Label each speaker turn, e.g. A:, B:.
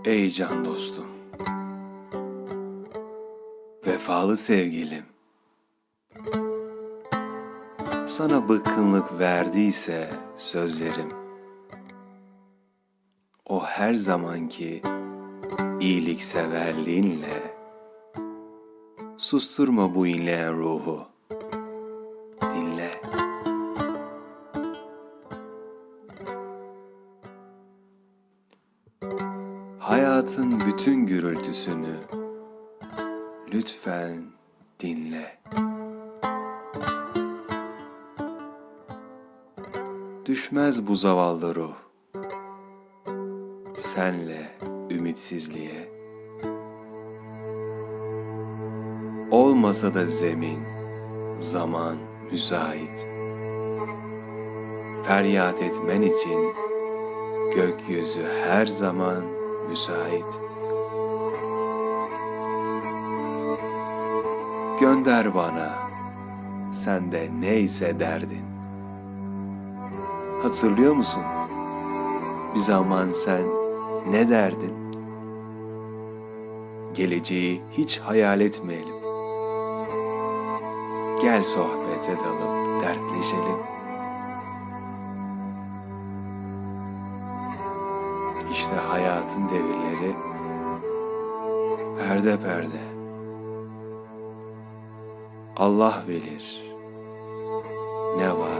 A: Ey can dostum, vefalı sevgilim, sana bıkkınlık verdiyse sözlerim, o her zamanki iyilikseverliğinle susturma bu inleyen ruhu, dinle. Hayatın bütün gürültüsünü lütfen dinle. Düşmez bu zavallı ruh senle ümitsizliğe. Olmasa da zemin, zaman müsait. Feryat etmen için gökyüzü her zaman müsait. Gönder bana, sende neyse derdin. Hatırlıyor musun? Bir zaman sen ne derdin? Geleceği hiç hayal etmeyelim. Gel sohbet edelim, dertleşelim. İşte hayatın devirleri perde perde. Allah bilir ne var